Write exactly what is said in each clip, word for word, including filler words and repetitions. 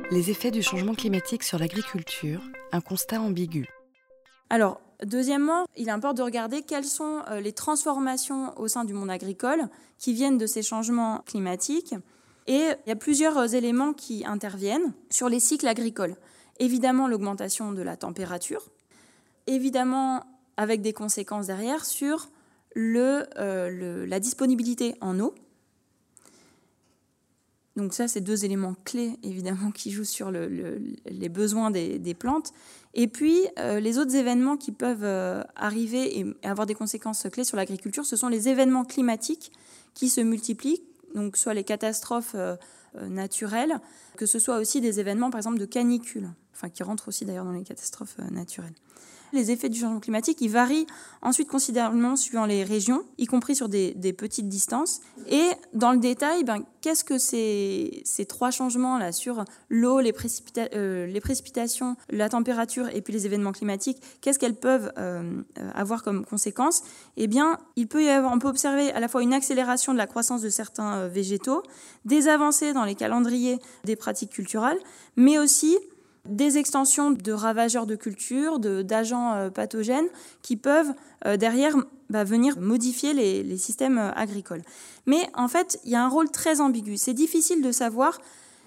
Les effets du changement climatique sur l'agriculture, un constat ambigu. Alors, deuxièmement, il importe de regarder quelles sont les transformations au sein du monde agricole qui viennent de ces changements climatiques. Et il y a plusieurs éléments qui interviennent sur les cycles agricoles. Évidemment, l'augmentation de la température, évidemment avec des conséquences derrière sur le, euh, le, la disponibilité en eau. Donc ça, c'est deux éléments clés, évidemment, qui jouent sur le, le, les besoins des, des plantes. Et puis, euh, les autres événements qui peuvent euh, arriver et avoir des conséquences clés sur l'agriculture, ce sont les événements climatiques qui se multiplient, donc soit les catastrophes euh, naturelles, que ce soit aussi des événements, par exemple, de canicule, enfin, qui rentrent aussi d'ailleurs dans les catastrophes euh, naturelles. Les effets du changement climatique, ils varient ensuite considérablement suivant les régions, y compris sur des, des petites distances. Et dans le détail, ben, qu'est-ce que ces, ces trois changements-là sur l'eau, les, précipita- euh, les précipitations, la température et puis les événements climatiques, qu'est-ce qu'elles peuvent euh, avoir comme conséquence ? Eh bien, il peut y avoir, on peut observer à la fois une accélération de la croissance de certains euh, végétaux, des avancées dans les calendriers des pratiques culturelles, mais aussi des extensions de ravageurs de culture, de, d'agents euh, pathogènes qui peuvent euh, derrière bah, venir modifier les, les systèmes euh, agricoles. Mais en fait, il y a un rôle très ambigu. C'est difficile de savoir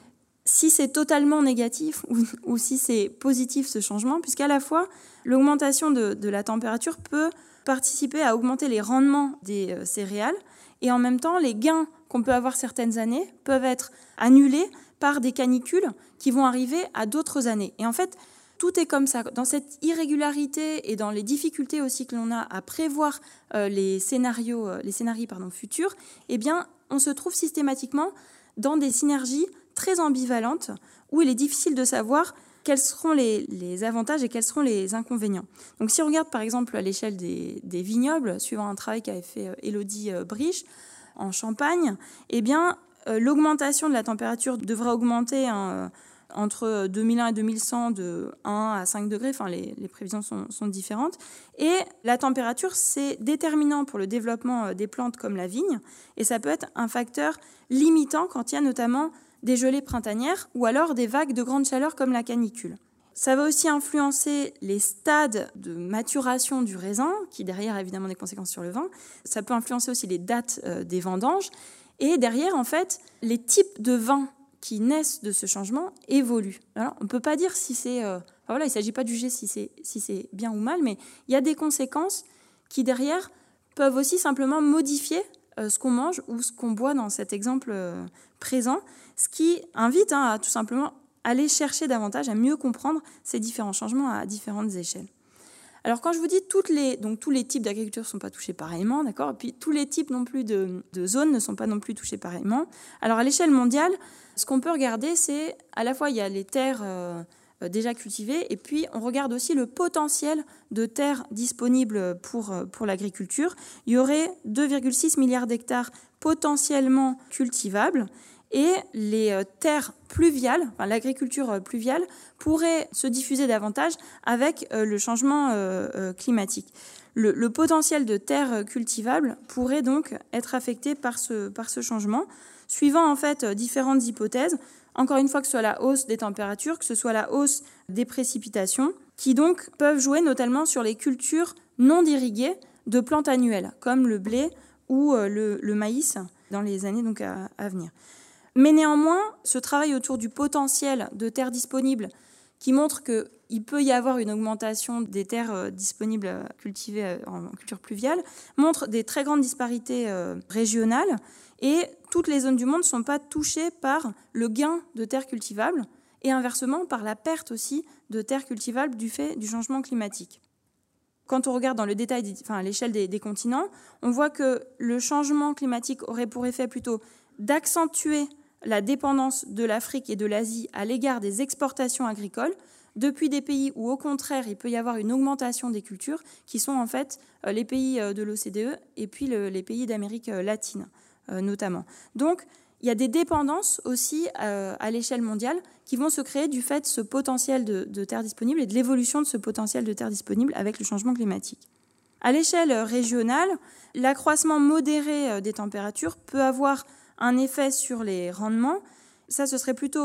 si c'est totalement négatif ou, ou si c'est positif ce changement, puisqu'à la fois, l'augmentation de, de la température peut participer à augmenter les rendements des euh, céréales et en même temps, les gains qu'on peut avoir certaines années peuvent être annulés par des canicules qui vont arriver à d'autres années. Et en fait, tout est comme ça. Dans cette irrégularité et dans les difficultés aussi que l'on a à prévoir euh, les scénarios, euh, les scénarios pardon, futurs, eh bien, on se trouve systématiquement dans des synergies très ambivalentes où il est difficile de savoir quels seront les, les avantages et quels seront les inconvénients. Donc, si on regarde par exemple à l'échelle des, des vignobles, suivant un travail qu'avait fait euh, Élodie euh, Briche en Champagne, eh bien, euh, l'augmentation de la température devrait augmenter hein, entre deux mille un et deux mille cent de un à cinq degrés, enfin les, les prévisions sont, sont différentes. Et la température, c'est déterminant pour le développement des plantes comme la vigne, et ça peut être un facteur limitant quand il y a notamment des gelées printanières ou alors des vagues de grande chaleur comme la canicule. Ça va aussi influencer les stades de maturation du raisin, qui derrière a évidemment des conséquences sur le vin. Ça peut influencer aussi les dates euh, des vendanges. Et derrière, en fait, les types de vins qui naissent de ce changement évoluent. Alors, on ne peut pas dire si c'est... Euh, enfin, voilà, il ne s'agit pas de juger si c'est, si c'est bien ou mal, mais il y a des conséquences qui, derrière, peuvent aussi simplement modifier euh, ce qu'on mange ou ce qu'on boit dans cet exemple euh, présent, ce qui invite hein, à tout simplement aller chercher davantage, à mieux comprendre ces différents changements à différentes échelles. Alors quand je vous dis toutes les, donc tous les types d'agriculture ne sont pas touchés pareillement, d'accord, et puis tous les types non plus de, de zones ne sont pas non plus touchés pareillement. Alors à l'échelle mondiale, ce qu'on peut regarder, c'est à la fois il y a les terres euh, déjà cultivées, et puis on regarde aussi le potentiel de terres disponibles pour, pour l'agriculture. Il y aurait deux virgule six milliards d'hectares potentiellement cultivables. Et les terres pluviales, enfin, l'agriculture pluviale, pourrait se diffuser davantage avec le changement climatique. Le, le potentiel de terres cultivables pourrait donc être affecté par ce, par ce changement, suivant en fait différentes hypothèses. Encore une fois, que ce soit la hausse des températures, que ce soit la hausse des précipitations, qui donc peuvent jouer notamment sur les cultures non irriguées de plantes annuelles, comme le blé ou le, le maïs dans les années donc à, à venir. Mais néanmoins, ce travail autour du potentiel de terres disponibles qui montre qu'il peut y avoir une augmentation des terres disponibles cultivées en culture pluviale montre des très grandes disparités régionales et toutes les zones du monde ne sont pas touchées par le gain de terres cultivables et inversement par la perte aussi de terres cultivables du fait du changement climatique. Quand on regarde dans le détail, enfin à l'échelle des, des continents, on voit que le changement climatique aurait pour effet plutôt d'accentuer la dépendance de l'Afrique et de l'Asie à l'égard des exportations agricoles, depuis des pays où, au contraire, il peut y avoir une augmentation des cultures, qui sont en fait les pays de l'O C D E et puis le, les pays d'Amérique latine, euh, notamment. Donc, il y a des dépendances aussi euh, à l'échelle mondiale qui vont se créer du fait de ce potentiel de, de terres disponibles et de l'évolution de ce potentiel de terres disponibles avec le changement climatique. À l'échelle régionale, l'accroissement modéré des températures peut avoir un effet sur les rendements. Ça, ce serait plutôt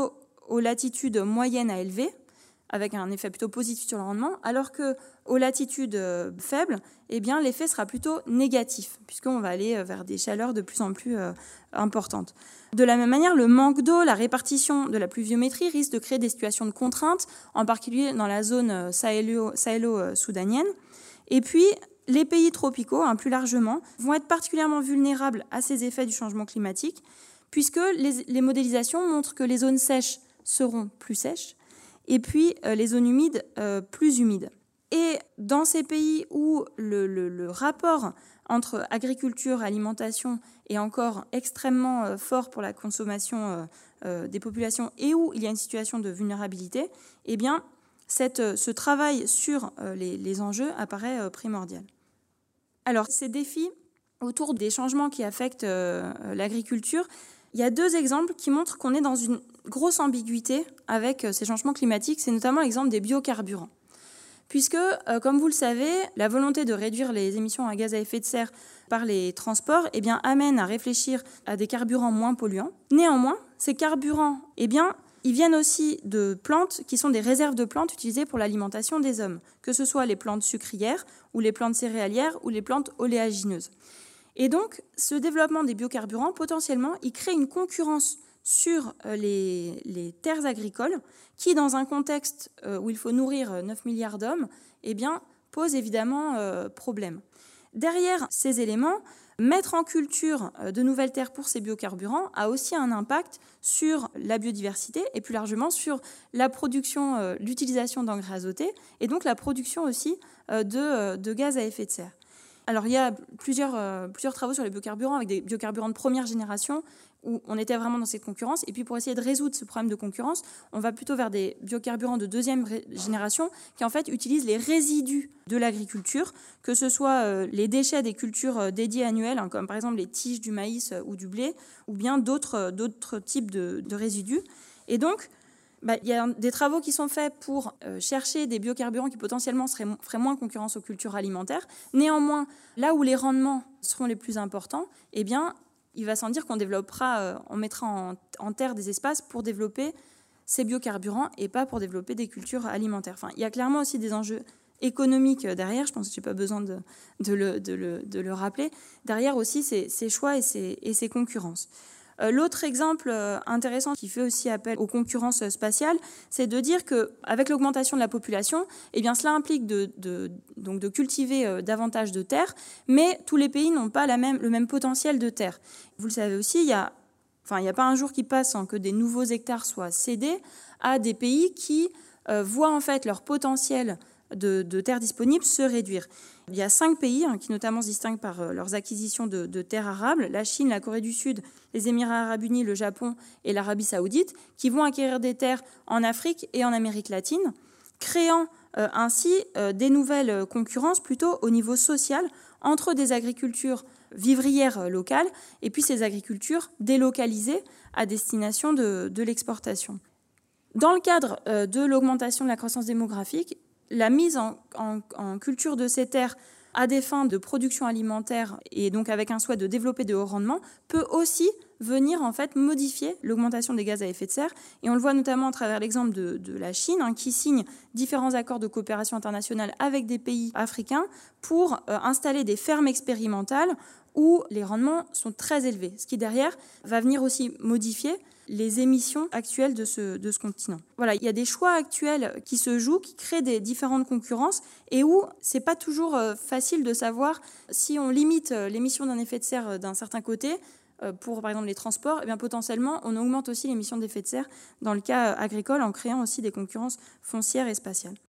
aux latitudes moyennes à élevées, avec un effet plutôt positif sur le rendement, alors qu'aux latitudes faibles, eh bien, l'effet sera plutôt négatif, puisqu'on va aller vers des chaleurs de plus en plus euh, importantes. De la même manière, le manque d'eau, la répartition de la pluviométrie risque de créer des situations de contrainte, en particulier dans la zone sahélo-soudanienne. Et puis, les pays tropicaux, hein, plus largement, vont être particulièrement vulnérables à ces effets du changement climatique, puisque les, les modélisations montrent que les zones sèches seront plus sèches, et puis euh, les zones humides euh, plus humides. Et dans ces pays où le, le, le rapport entre agriculture et alimentation est encore extrêmement euh, fort pour la consommation euh, euh, des populations et où il y a une situation de vulnérabilité, eh bien, cette, ce travail sur euh, les, les enjeux apparaît euh, primordial. Alors, ces défis autour des changements qui affectent euh, l'agriculture, il y a deux exemples qui montrent qu'on est dans une grosse ambiguïté avec ces changements climatiques. C'est notamment l'exemple des biocarburants. Puisque, euh, comme vous le savez, la volonté de réduire les émissions à gaz à effet de serre par les transports eh bien, amène à réfléchir à des carburants moins polluants. Néanmoins, ces carburants, eh bien, ils viennent aussi de plantes qui sont des réserves de plantes utilisées pour l'alimentation des hommes, que ce soit les plantes sucrières ou les plantes céréalières ou les plantes oléagineuses. Et donc, ce développement des biocarburants, potentiellement, il crée une concurrence sur les, les terres agricoles qui, dans un contexte où il faut nourrir neuf milliards d'hommes, eh bien, pose évidemment euh, problème. Derrière ces éléments, mettre en culture de nouvelles terres pour ces biocarburants a aussi un impact sur la biodiversité et plus largement sur la production, euh, l'utilisation d'engrais azotés et donc la production aussi euh, de, de gaz à effet de serre. Alors, il y a plusieurs, euh, plusieurs travaux sur les biocarburants avec des biocarburants de première génération où on était vraiment dans cette concurrence. Et puis, pour essayer de résoudre ce problème de concurrence, on va plutôt vers des biocarburants de deuxième génération qui, en fait, utilisent les résidus de l'agriculture, que ce soit euh, les déchets des cultures euh, dédiées annuelles, hein, comme par exemple les tiges du maïs euh, ou du blé, ou bien d'autres, euh, d'autres types de, de résidus. Et donc, Bah, il y a des travaux qui sont faits pour euh, chercher des biocarburants qui potentiellement seraient, feraient moins concurrence aux cultures alimentaires. Néanmoins, là où les rendements seront les plus importants, eh bien, il va sans dire qu'on développera, euh, on mettra en, en terre des espaces pour développer ces biocarburants et pas pour développer des cultures alimentaires. Enfin, il y a clairement aussi des enjeux économiques derrière, je pense que je n'ai pas besoin de, de, le, de, le, de le rappeler. Derrière aussi, ces, ces choix et ces, et ces concurrences. L'autre exemple intéressant qui fait aussi appel aux concurrences spatiales, c'est de dire qu'avec l'augmentation de la population, eh bien, cela implique de, de, donc de cultiver davantage de terres, mais tous les pays n'ont pas la même, le même potentiel de terre. Vous le savez aussi, il y a, enfin, il n'y a pas un jour qui passe sans que des nouveaux hectares soient cédés à des pays qui euh, voient en fait leur potentiel de, de terres disponibles se réduire. Il y a cinq pays hein, qui notamment se distinguent par euh, leurs acquisitions de, de terres arables, la Chine, la Corée du Sud, les Émirats arabes unis, le Japon et l'Arabie saoudite, qui vont acquérir des terres en Afrique et en Amérique latine, créant euh, ainsi euh, des nouvelles concurrences plutôt au niveau social entre des agricultures vivrières locales et puis ces agricultures délocalisées à destination de, de l'exportation. Dans le cadre euh, de l'augmentation de la croissance démographique, la mise en, en, en culture de ces terres à des fins de production alimentaire et donc avec un souhait de développer de hauts rendements peut aussi venir en fait modifier l'augmentation des gaz à effet de serre. Et on le voit notamment à travers l'exemple de, de la Chine hein, qui signe différents accords de coopération internationale avec des pays africains pour euh, installer des fermes expérimentales où les rendements sont très élevés, ce qui derrière va venir aussi modifier les émissions actuelles de ce, de ce continent. Voilà, il y a des choix actuels qui se jouent, qui créent des différentes concurrences et où c'est pas toujours facile de savoir si on limite l'émission d'un effet de serre d'un certain côté, pour par exemple les transports, et bien potentiellement on augmente aussi l'émission d'effet de serre dans le cas agricole en créant aussi des concurrences foncières et spatiales.